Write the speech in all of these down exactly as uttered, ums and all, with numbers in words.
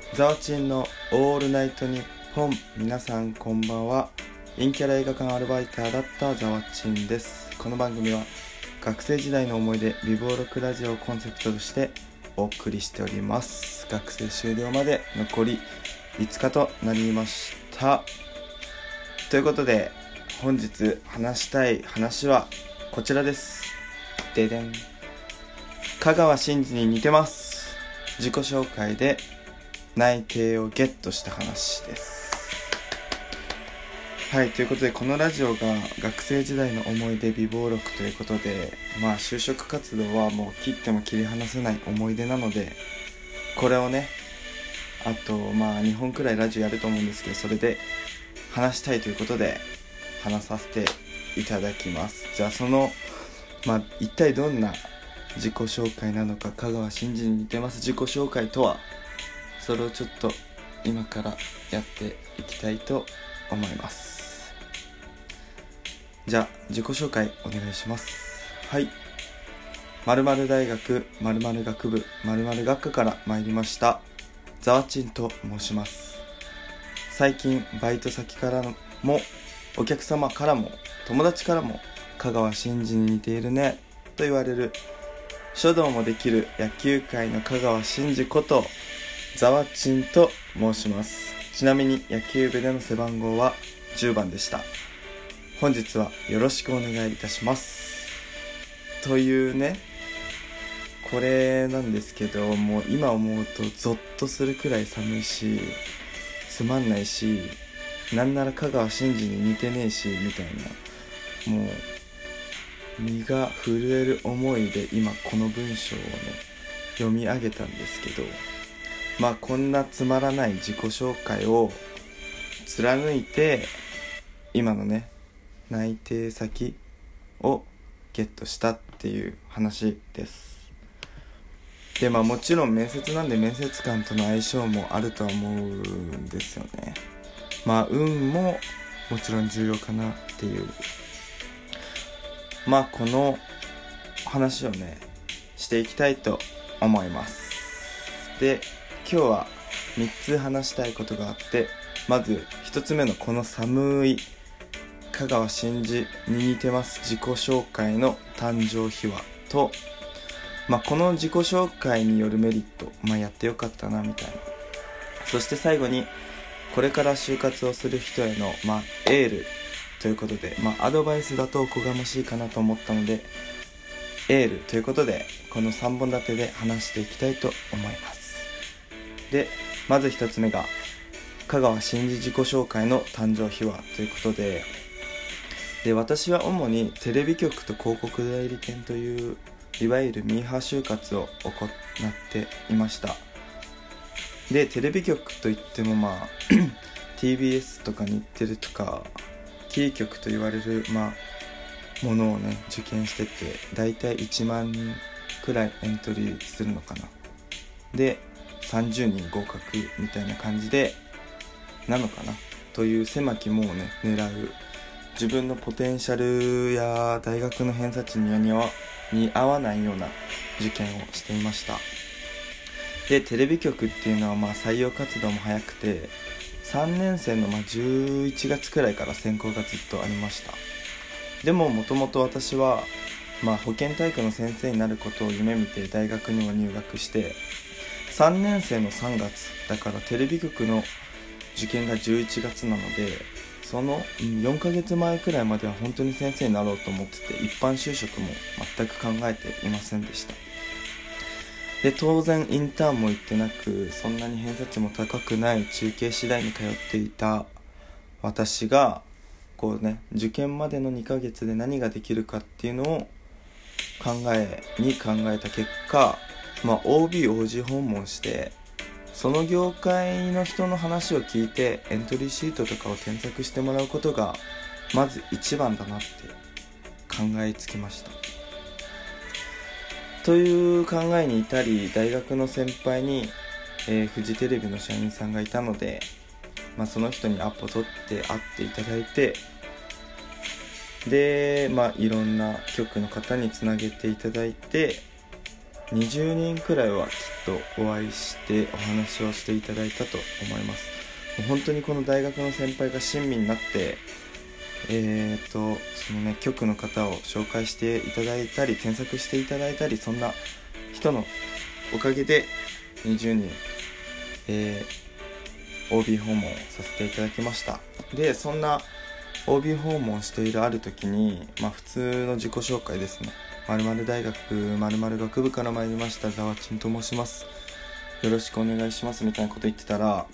ザワチンのオールナイトニッポン。皆さんこんばんは。陰キャラ映画館アルバイターだったザワチンです。この番組は学生時代の思い出美貌録ラジオをコンセプトとしてお送りしております。学生終了まで残りいつかとなりました。ということで本日話したい話はこちらです。ででん。香川真司に似てます。自己紹介で内定をゲットした話です。はい、ということでこのラジオが学生時代の思い出美貌録ということで、まあ就職活動はもう切っても切り離せない思い出なので、これをね、あとまあにほんくらいラジオやると思うんですけど、それで話したいということで話させていただきます。じゃあそのまあ一体どんな自己紹介なのか、香川真司に似てます自己紹介とは、それをちょっと今からやっていきたいと思います。じゃあ自己紹介お願いします。はい、〇〇大学〇〇学部〇〇学科から参りましたザワチンと申します。最近バイト先からもお客様からも友達からも香川真司に似ているねと言われる書道もできる野球界の香川真司ことザワチンと申します。ちなみに野球部での背番号はじゅうばんでした。本日はよろしくお願いいたしますというね、これなんですけど、もう今思うとゾッとするくらい寒いしつまんないし、なんなら香川真司に似てねえしみたいな、もう身が震える思いで今この文章をね読み上げたんですけど、まあこんなつまらない自己紹介を貫いて今のね内定先をゲットしたっていう話です。でまあもちろん面接なんで面接官との相性もあるとは思うんですよね。まあ運ももちろん重要かなっていう、まあこの話をねしていきたいと思います。で今日はみっつ話したいことがあって、まずひとつめのこの寒い香川真司に似てます自己紹介の誕生秘話と、まあ、この自己紹介によるメリット、まあ、やってよかったなみたいな、そして最後にこれから就活をする人への、まあ、エールということで、まあ、アドバイスだとおこがましいかなと思ったのでエールということでこのさんぼん立てで話していきたいと思います。でまずひとつめが香川真司自己紹介の誕生秘話ということで、で私は主にテレビ局と広告代理店といういわゆるミーハー就活を行っていました。でテレビ局といってもまあティービーエス とか日テレとかキー局と言われるまあものをね受験してて、だいたいいちまんにんくらいエントリーするのかな。でさんじゅうにん合格みたいな感じでなのかなという狭き門をね狙う、自分のポテンシャルや大学の偏差値にはに合わないような受験をしていました。でテレビ局っていうのはまあ採用活動も早くて、さんねん生のまあじゅういちがつくらいから選考がずっとありました。でももともと私はまあ保健体育の先生になることを夢見て大学にも入学して、さんねん生のさんがつだからテレビ局の受験がじゅういちがつなので、そのよんかげつまえくらいまでは本当に先生になろうと思ってて、一般就職も全く考えていませんでした。で当然インターンも行ってなく、そんなに偏差値も高くない中継次第に通っていた私がこうね受験までのにかげつで何ができるかっていうのを考えに考えた結果、まあ オービー オージー 訪問してその業界の人の話を聞いてエントリーシートとかを添削してもらうことがまず一番だなって考えつきました。という考えに至り、大学の先輩に、えー、フジテレビの社員さんがいたので、まあ、その人にアポ取って会っていただいて、でまあいろんな局の方につなげていただいて、 にじゅうにんくらいはきっとお会いしてお話をしていただいたと思います。もう本当にこの大学の先輩が親身になってえーとそのね局の方を紹介していただいたり添削していただいたり、そんな人のおかげでにじゅうにん、えー、オービー 訪問をさせていただきました。でそんな オービー 訪問しているある時に、まあ普通の自己紹介ですね。〇〇大学〇〇学部から参りましたざわちんと申します、よろしくお願いしますみたいなこと言ってたら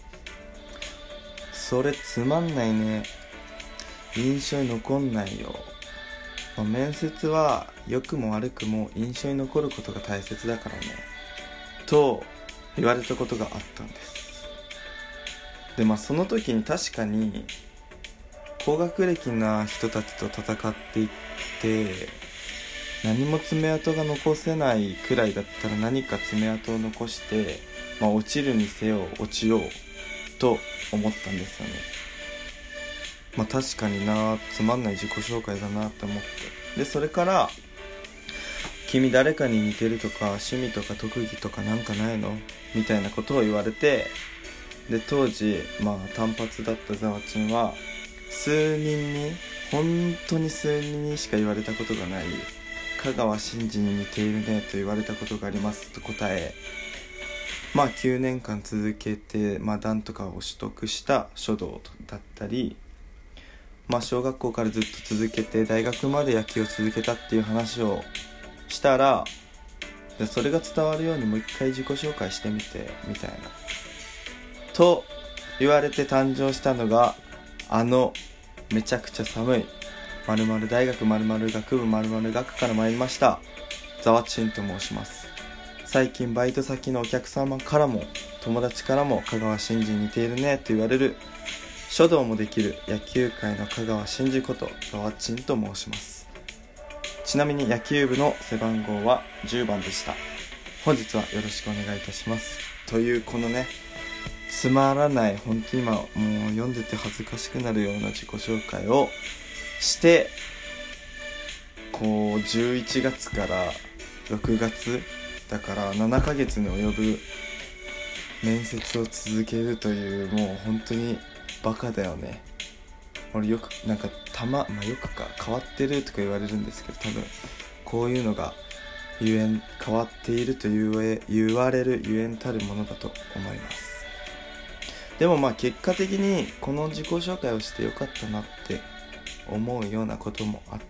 それつまんないね、印象に残んないよ、まあ、面接は良くも悪くも印象に残ることが大切だからねと言われたことがあったんです。でまあその時に確かに高学歴な人たちと戦っていって何も爪痕が残せないくらいだったら何か爪痕を残して、まあ、落ちるにせよ落ちようと思ったんですよね。まあ確かにな、つまんない自己紹介だなって思って、でそれから君誰かに似てるとか趣味とか特技とかなんかないのみたいなことを言われて、で当時まあ単発だったざわちんは数人に本当に数人にしか言われたことがない香川真司に似ているねと言われたことがありますと答え、まあきゅうねんかん続けて、まあ、段とかを取得した書道だったり、まあ小学校からずっと続けて大学まで野球を続けたっていう話をしたら、それが伝わるようにもう一回自己紹介してみてみたいなと言われて誕生したのがあのめちゃくちゃ寒い〇〇大学〇〇学部〇〇学から参りましたざわちんと申します。最近バイト先のお客様からも友達からも香川真司に似ているねと言われる書道もできる野球界の香川真司ことざわちんと申します。ちなみに野球部の背番号はじゅうばんでした。本日はよろしくお願いいたしますという、このねつまらない、本当に今もう読んでて恥ずかしくなるような自己紹介をして、こうじゅういちがつからろくがつだからななかげつに及ぶ面接を続けるという、もう本当にバカだよね。俺よくなんかたま、まあ、よくか変わってるとか言われるんですけど、多分こういうのがゆえん変わっていると言え言われるゆえんたるものだと思います。でもまあ結果的にこの自己紹介をしてよかったなって思うようなこともあって、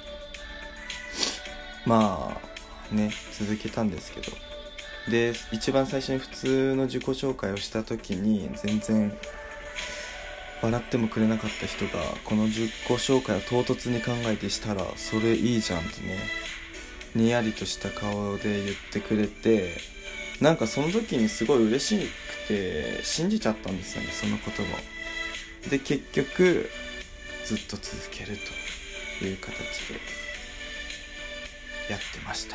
まあね続けたんですけど、で一番最初に普通の自己紹介をした時に全然笑ってもくれなかった人がこの自己紹介を唐突に考えてしたらそれいいじゃんってね、にやりとした顔で言ってくれて、なんかその時にすごい嬉しくて信じちゃったんですよね、その言葉を。で結局ずっと続けるという形でやってました。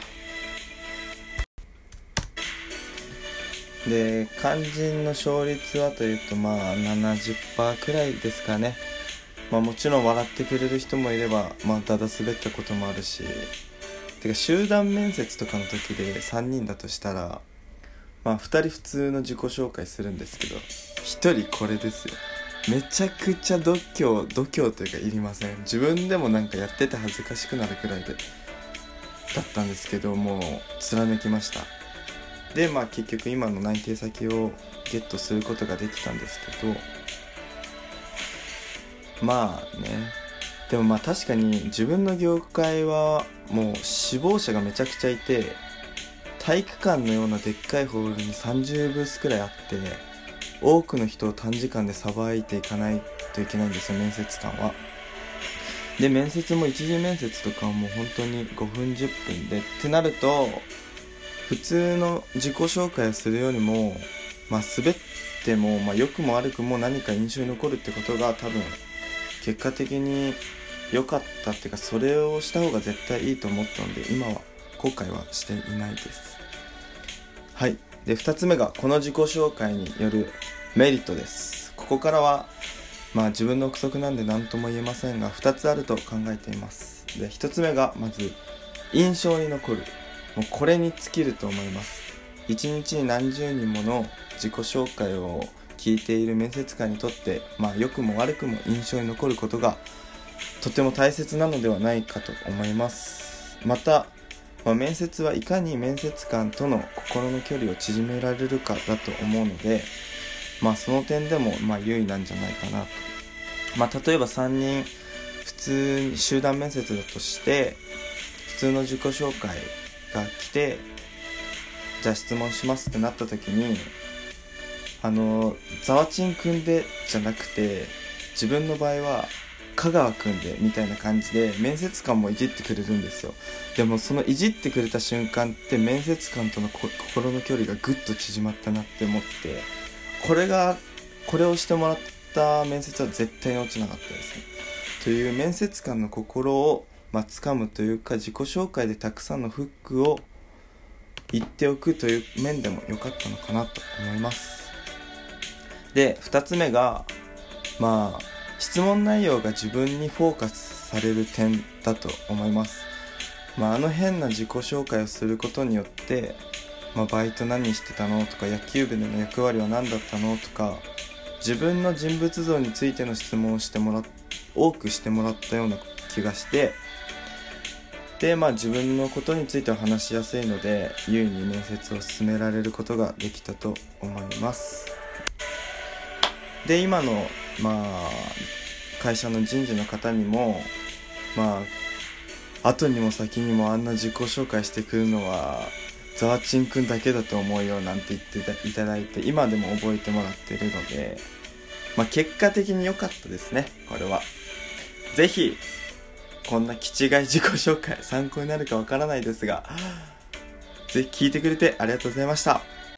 で肝心の勝率はというとまあ ななじゅっパーセント くらいですかね。まあもちろん笑ってくれる人もいれば、まあだだ滑ったこともあるし、てか集団面接とかの時でさんにんだとしたら、まあふたり普通の自己紹介するんですけど、ひとりこれですよ。めちゃくちゃ度胸度胸というかいりません。自分でもなんかやってて恥ずかしくなるくらいでだったんですけど、もう貫きました。でまあ結局今の内定先をゲットすることができたんですけど、まあね、でもまあ確かに自分の業界はもう志望者がめちゃくちゃいて、体育館のようなでっかいホールにさんじゅうブースくらいあって、多くの人を短時間でさばいていかないといけないんですよ、面接官は。で面接も一次面接とかはもう本当にごふんじゅっぷんでってなると、普通の自己紹介をするよりも、まあ、滑っても、まあ、良くも悪くも何か印象に残るってことが多分結果的に良かったっていうか、それをした方が絶対いいと思ったので今は後悔はしていないです。はい。でふたつめがこの自己紹介によるメリットです。ここからはまあ自分の憶測なんで何とも言えませんがふたつあると考えています。でひとつめがまず印象に残る。 もうこれに尽きると思います。一日に何十人もの自己紹介を聞いている面接官にとって、まあ良くも悪くも印象に残ることがとても大切なのではないかと思います。また、まあ、面接はいかに面接官との心の距離を縮められるかだと思うので、まあその点でもまあ優位なんじゃないかなと。まあ例えばさんにん普通に集団面接だとして、普通の自己紹介が来て、じゃあ質問しますってなった時に、あのざわちんくんでじゃなくて、自分の場合は香川くんでみたいな感じで面接官もいじってくれるんですよ。でもそのいじってくれた瞬間って面接官との心の距離がぐっと縮まったなって思って、これがこれをしてもらった面接は絶対に落ちなかったですね。という面接官の心をまあ掴むというか、自己紹介でたくさんのフックを言っておくという面でも良かったのかなと思います。で、ふたつめがまあ質問内容が自分にフォーカスされる点だと思います。まあ、あの変な自己紹介をすることによって、まあ、バイト何してたのとか、野球部での役割は何だったのとか、自分の人物像についての質問をしてもらっ多くしてもらったような気がして、で、まあ自分のことについては話しやすいので、優位に面接を進められることができたと思います。で、今のまあ会社の人事の方にも、まあ後にも先にもあんな自己紹介してくるのはざわちんくんだけだと思うよなんて言っていただいて、今でも覚えてもらっているので、まあ結果的に良かったですね。これはぜひこんな気違い自己紹介参考になるかわからないですが、ぜひ聞いてくれてありがとうございました。